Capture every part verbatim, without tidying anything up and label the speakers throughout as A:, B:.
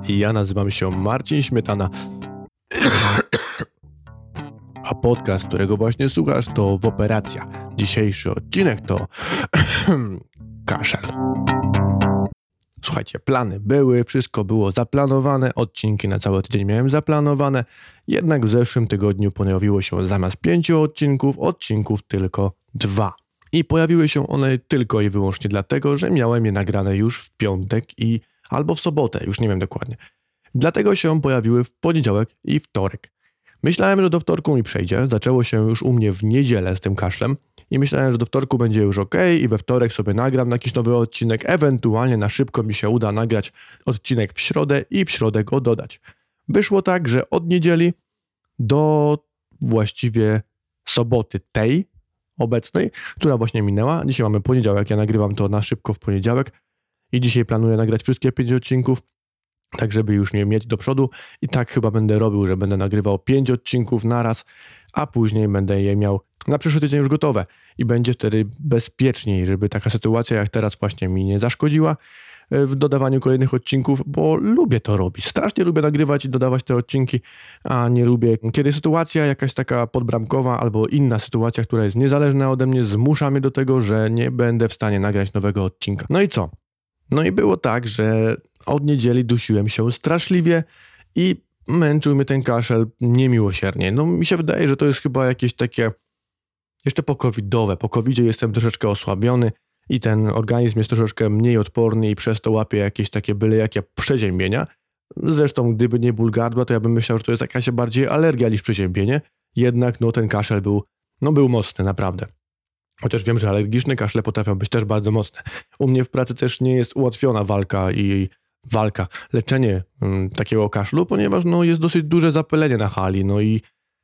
A: i ja nazywam się Marcin Śmietana. A podcast, którego właśnie słuchasz, to Woperacja. Dzisiejszy odcinek to kaszel. Słuchajcie, plany były, wszystko było zaplanowane, odcinki na cały tydzień miałem zaplanowane, jednak w zeszłym tygodniu pojawiło się zamiast pięciu odcinków, odcinków tylko dwa. I pojawiły się one tylko i wyłącznie dlatego, że miałem je nagrane już w piątek i albo w sobotę, już nie wiem dokładnie. Dlatego się pojawiły w poniedziałek i wtorek. Myślałem, że do wtorku mi przejdzie, zaczęło się już u mnie w niedzielę z tym kaszlem i myślałem, że do wtorku będzie już ok i we wtorek sobie nagram jakiś nowy odcinek, ewentualnie na szybko mi się uda nagrać odcinek w środę i w środę go dodać. Wyszło tak, że od niedzieli do właściwie soboty tej obecnej, która właśnie minęła, dzisiaj mamy poniedziałek, ja nagrywam to na szybko w poniedziałek i dzisiaj planuję nagrać wszystkie pięć odcinków, tak żeby już mnie mieć do przodu i tak chyba będę robił, że będę nagrywał pięć odcinków naraz, a później będę je miał na przyszły tydzień już gotowe i będzie wtedy bezpieczniej, żeby taka sytuacja jak teraz właśnie mi nie zaszkodziła w dodawaniu kolejnych odcinków, bo lubię to robić. Strasznie lubię nagrywać i dodawać te odcinki, a nie lubię, kiedy sytuacja jakaś taka podbramkowa albo inna sytuacja, która jest niezależna ode mnie, zmusza mnie do tego, że nie będę w stanie nagrać nowego odcinka. No i co? No i było tak, że od niedzieli dusiłem się straszliwie i męczył mnie ten kaszel niemiłosiernie. No mi się wydaje, że to jest chyba jakieś takie jeszcze pokowidowe. Po covidzie jestem troszeczkę osłabiony i ten organizm jest troszeczkę mniej odporny i przez to łapie jakieś takie byle jakie przeziębienia. Zresztą gdyby nie ból gardła, to ja bym myślał, że to jest jakaś bardziej alergia niż przeziębienie. Jednak no ten kaszel był, no był mocny naprawdę. Chociaż wiem, że alergiczne kaszle potrafią być też bardzo mocne. U mnie w pracy też nie jest ułatwiona walka i walka, leczenie um, takiego kaszlu, ponieważ no, jest dosyć duże zapylenie na hali. No i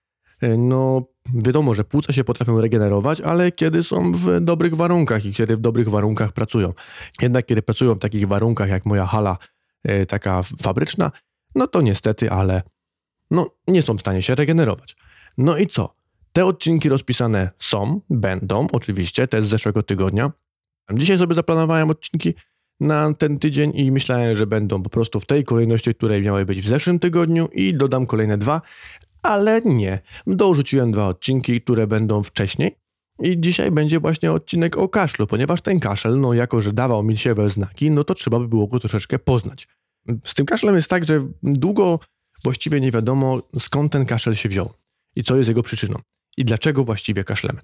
A: no wiadomo, że płuca się potrafią regenerować, ale kiedy są w dobrych warunkach i kiedy w dobrych warunkach pracują. Jednak kiedy pracują w takich warunkach jak moja hala e, taka fabryczna, no to niestety, ale no nie są w stanie się regenerować. No i co? Te odcinki rozpisane są, będą oczywiście, te z zeszłego tygodnia. Dzisiaj sobie zaplanowałem odcinki na ten tydzień i myślałem, że będą po prostu w tej kolejności, której miały być w zeszłym tygodniu i dodam kolejne dwa, ale nie. Dorzuciłem dwa odcinki, które będą wcześniej i dzisiaj będzie właśnie odcinek o kaszlu, ponieważ ten kaszel, no jako, że dawał mi się we znaki, no to trzeba by było go troszeczkę poznać. Z tym kaszlem jest tak, że długo właściwie nie wiadomo, skąd ten kaszel się wziął i co jest jego przyczyną. I dlaczego właściwie kaszlemy?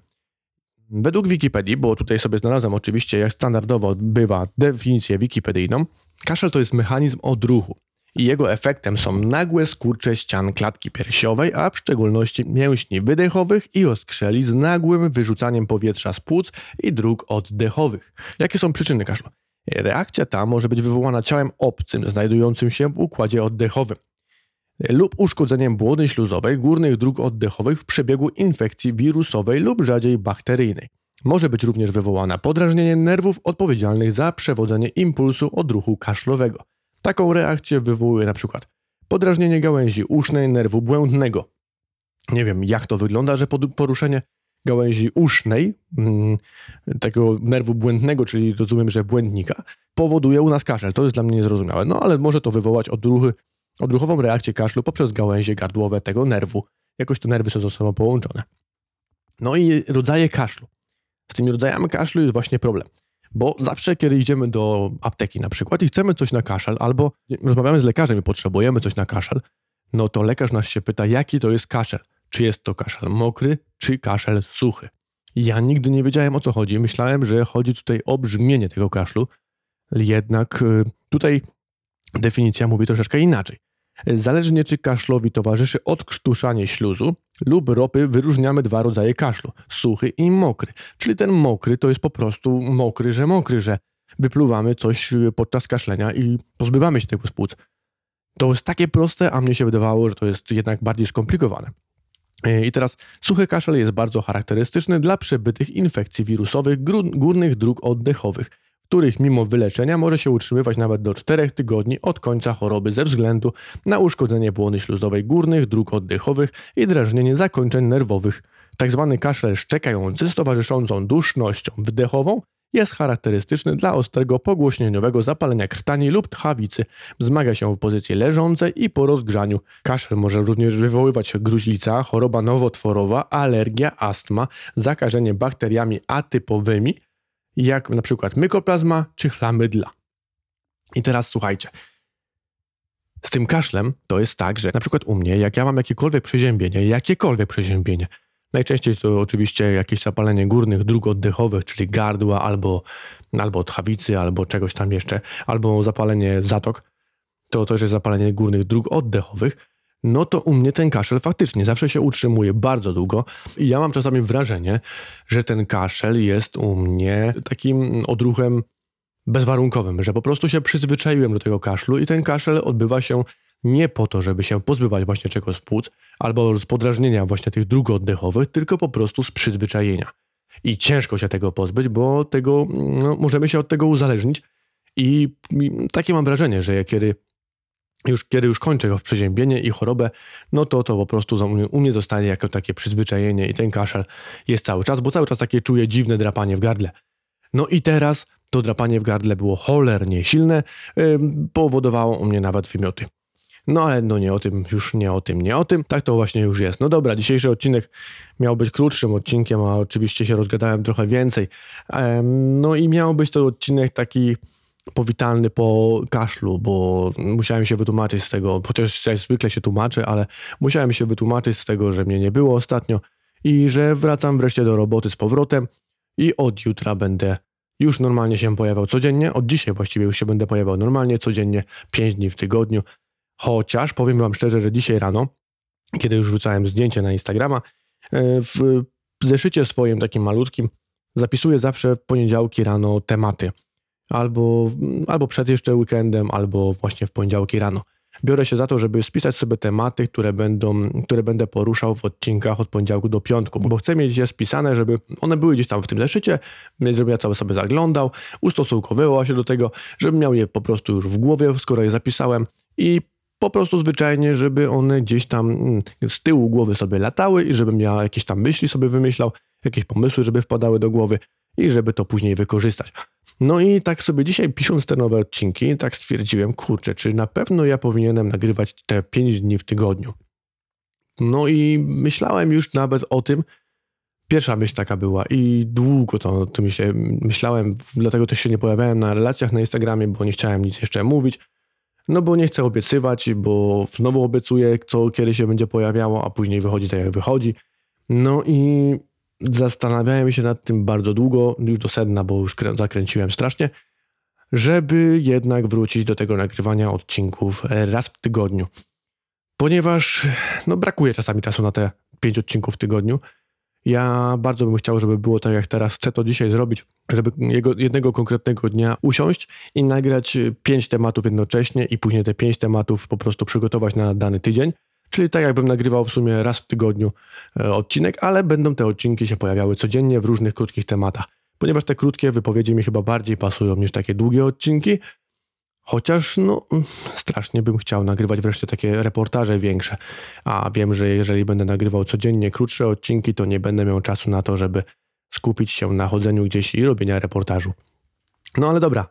A: Według Wikipedii, bo tutaj sobie znalazłem oczywiście, jak standardowo bywa, definicję wikipedyjną, kaszel to jest mechanizm odruchu i jego efektem są nagłe skurcze ścian klatki piersiowej, a w szczególności mięśni wydechowych i oskrzeli z nagłym wyrzucaniem powietrza z płuc i dróg oddechowych. Jakie są przyczyny kaszlu? Reakcja ta może być wywołana ciałem obcym znajdującym się w układzie oddechowym lub uszkodzeniem błony śluzowej górnych dróg oddechowych w przebiegu infekcji wirusowej lub rzadziej bakteryjnej. Może być również wywołana podrażnieniem nerwów odpowiedzialnych za przewodzenie impulsu odruchu kaszlowego. Taką reakcję wywołuje na przykład podrażnienie gałęzi usznej nerwu błędnego. Nie wiem, jak to wygląda, że poruszenie gałęzi usznej, mm, takiego nerwu błędnego, czyli rozumiem, że błędnika, powoduje u nas kaszel. To jest dla mnie niezrozumiałe. No ale może to wywołać odruchy odruchową reakcję kaszlu poprzez gałęzie gardłowe tego nerwu. Jakoś te nerwy są ze sobą połączone. No i rodzaje kaszlu. Z tymi rodzajami kaszlu jest właśnie problem. Bo zawsze, kiedy idziemy do apteki na przykład i chcemy coś na kaszel, albo rozmawiamy z lekarzem i potrzebujemy coś na kaszel, no to lekarz nas się pyta, jaki to jest kaszel. Czy jest to kaszel mokry, czy kaszel suchy. Ja nigdy nie wiedziałem, o co chodzi. Myślałem, że chodzi tutaj o brzmienie tego kaszlu. Jednak tutaj definicja mówi troszeczkę inaczej. Zależnie czy kaszlowi towarzyszy odkrztuszanie śluzu lub ropy, wyróżniamy dwa rodzaje kaszlu, suchy i mokry. Czyli ten mokry to jest po prostu mokry, że mokry, że wypluwamy coś podczas kaszlenia i pozbywamy się tego z płuc. To jest takie proste, a mnie się wydawało, że to jest jednak bardziej skomplikowane. I teraz suchy kaszel jest bardzo charakterystyczny dla przebytych infekcji wirusowych górnych dróg oddechowych, których mimo wyleczenia może się utrzymywać nawet do czterech tygodni od końca choroby ze względu na uszkodzenie błony śluzowej górnych dróg oddechowych i drażnienie zakończeń nerwowych. Tak zwany kaszel szczekający z towarzyszącą dusznością wdechową Jest charakterystyczny dla ostrego pogłośnieniowego zapalenia krtani lub tchawicy. Wzmaga się w pozycji leżącej i po rozgrzaniu. Kaszel może również wywoływać gruźlica, choroba nowotworowa, alergia, astma, zakażenie bakteriami atypowymi, jak na przykład mykoplazma czy chlamydla. I teraz słuchajcie. Z tym kaszlem to jest tak, że na przykład u mnie, jak ja mam jakiekolwiek przeziębienie, jakiekolwiek przeziębienie, najczęściej to oczywiście jakieś zapalenie górnych dróg oddechowych, czyli gardła albo, albo tchawicy, albo czegoś tam jeszcze, albo zapalenie zatok, to też jest zapalenie górnych dróg oddechowych, no to u mnie ten kaszel faktycznie zawsze się utrzymuje bardzo długo i ja mam czasami wrażenie, że ten kaszel jest u mnie takim odruchem bezwarunkowym, że po prostu się przyzwyczaiłem do tego kaszlu i ten kaszel odbywa się nie po to, żeby się pozbywać właśnie czegoś z płuc albo z podrażnienia właśnie tych dróg oddechowych, tylko po prostu z przyzwyczajenia. I ciężko się tego pozbyć, bo tego, no, możemy się od tego uzależnić i, i takie mam wrażenie, że kiedy już, kiedy już kończę przeziębienie i chorobę, no to to po prostu u mnie zostanie jako takie przyzwyczajenie i ten kaszel jest cały czas, bo cały czas takie czuję dziwne drapanie w gardle. No i teraz to drapanie w gardle było cholernie silne, yy, powodowało u mnie nawet wymioty. No ale no nie o tym, już nie o tym, nie o tym. Tak to właśnie już jest. No dobra, dzisiejszy odcinek miał być krótszym odcinkiem, a oczywiście się rozgadałem trochę więcej. Yy, no i miał być to odcinek taki powitalny po kaszlu, bo musiałem się wytłumaczyć z tego, chociaż ja zwykle się tłumaczę, ale musiałem się wytłumaczyć z tego, że mnie nie było ostatnio i że wracam wreszcie do roboty z powrotem i od jutra będę już normalnie się pojawiał codziennie. Od dzisiaj właściwie już się będę pojawiał normalnie, codziennie, pięć dni w tygodniu. Chociaż powiem wam szczerze, że dzisiaj rano, kiedy już wrzucałem zdjęcie na Instagrama, w zeszycie swoim takim malutkim zapisuję zawsze w poniedziałki rano tematy. Albo, albo przed jeszcze weekendem, albo właśnie w poniedziałki rano. Biorę się za to, żeby spisać sobie tematy, które będą, które będę poruszał w odcinkach od poniedziałku do piątku, bo chcę mieć je spisane, żeby one były gdzieś tam w tym zeszycie, żebym ja cały sobie zaglądał, ustosunkowywał się do tego, żebym miał je po prostu już w głowie, skoro je zapisałem i po prostu zwyczajnie, żeby one gdzieś tam z tyłu głowy sobie latały i żebym ja jakieś tam myśli sobie wymyślał, jakieś pomysły, żeby wpadały do głowy i żeby to później wykorzystać. No i tak sobie dzisiaj pisząc te nowe odcinki, tak stwierdziłem, kurczę, czy na pewno ja powinienem nagrywać te pięć dni w tygodniu. No i myślałem już nawet o tym, pierwsza myśl taka była i długo to o tym myślałem, dlatego też się nie pojawiałem na relacjach na Instagramie, bo nie chciałem nic jeszcze mówić, no bo nie chcę obiecywać, bo znowu obiecuję, co kiedy się będzie pojawiało, a później wychodzi tak jak wychodzi. No i zastanawiałem się nad tym bardzo długo, już do sedna, bo już zakręciłem strasznie, żeby jednak wrócić do tego nagrywania odcinków raz w tygodniu. Ponieważ no, brakuje czasami czasu na te pięć odcinków w tygodniu. Ja bardzo bym chciał, żeby było tak jak teraz. Chcę to dzisiaj zrobić, żeby jego, jednego konkretnego dnia usiąść i nagrać pięć tematów jednocześnie i później te pięć tematów po prostu przygotować na dany tydzień. Czyli tak jakbym nagrywał w sumie raz w tygodniu e, odcinek, ale będą te odcinki się pojawiały codziennie w różnych krótkich tematach. Ponieważ te krótkie wypowiedzi mi chyba bardziej pasują niż takie długie odcinki. Chociaż no strasznie bym chciał nagrywać wreszcie takie reportaże większe. A wiem, że jeżeli będę nagrywał codziennie krótsze odcinki, to nie będę miał czasu na to, żeby skupić się na chodzeniu gdzieś i robienia reportażu. No ale dobra.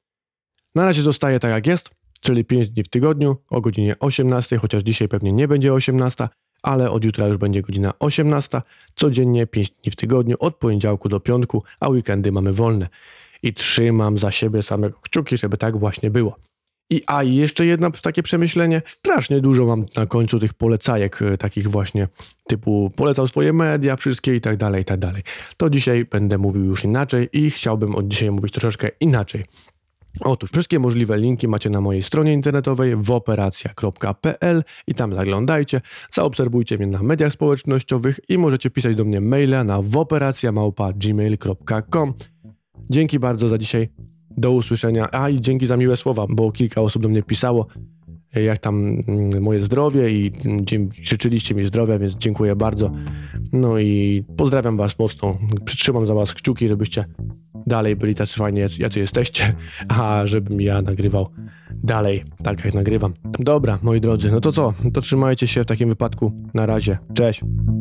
A: Na razie zostaje tak jak jest. Czyli pięć dni w tygodniu o godzinie osiemnastej, chociaż dzisiaj pewnie nie będzie osiemnasta, ale od jutra już będzie godzina osiemnasta, codziennie pięć dni w tygodniu, od poniedziałku do piątku, a weekendy mamy wolne. I trzymam za siebie same kciuki, żeby tak właśnie było. I a jeszcze jedno takie przemyślenie, strasznie dużo mam na końcu tych polecajek, takich właśnie typu polecał swoje media, wszystkie i tak dalej, i tak dalej. To dzisiaj będę mówił już inaczej i chciałbym od dzisiaj mówić troszeczkę inaczej. Otóż wszystkie możliwe linki macie na mojej stronie internetowej woperacja kropka pe el i tam zaglądajcie, zaobserwujcie mnie na mediach społecznościowych i możecie pisać do mnie maila na woperacja małpa gmail kropka com. Dzięki bardzo za dzisiaj, do usłyszenia, a i dzięki za miłe słowa, bo kilka osób do mnie pisało, jak tam moje zdrowie i życzyliście mi zdrowia, więc dziękuję bardzo. No i pozdrawiam was mocno, przytrzymam za was kciuki, żebyście dalej byli tacy fajni, jacy jesteście, a żebym ja nagrywał dalej, tak jak nagrywam. Dobra, moi drodzy, no to co? To trzymajcie się w takim wypadku. Na razie. Cześć.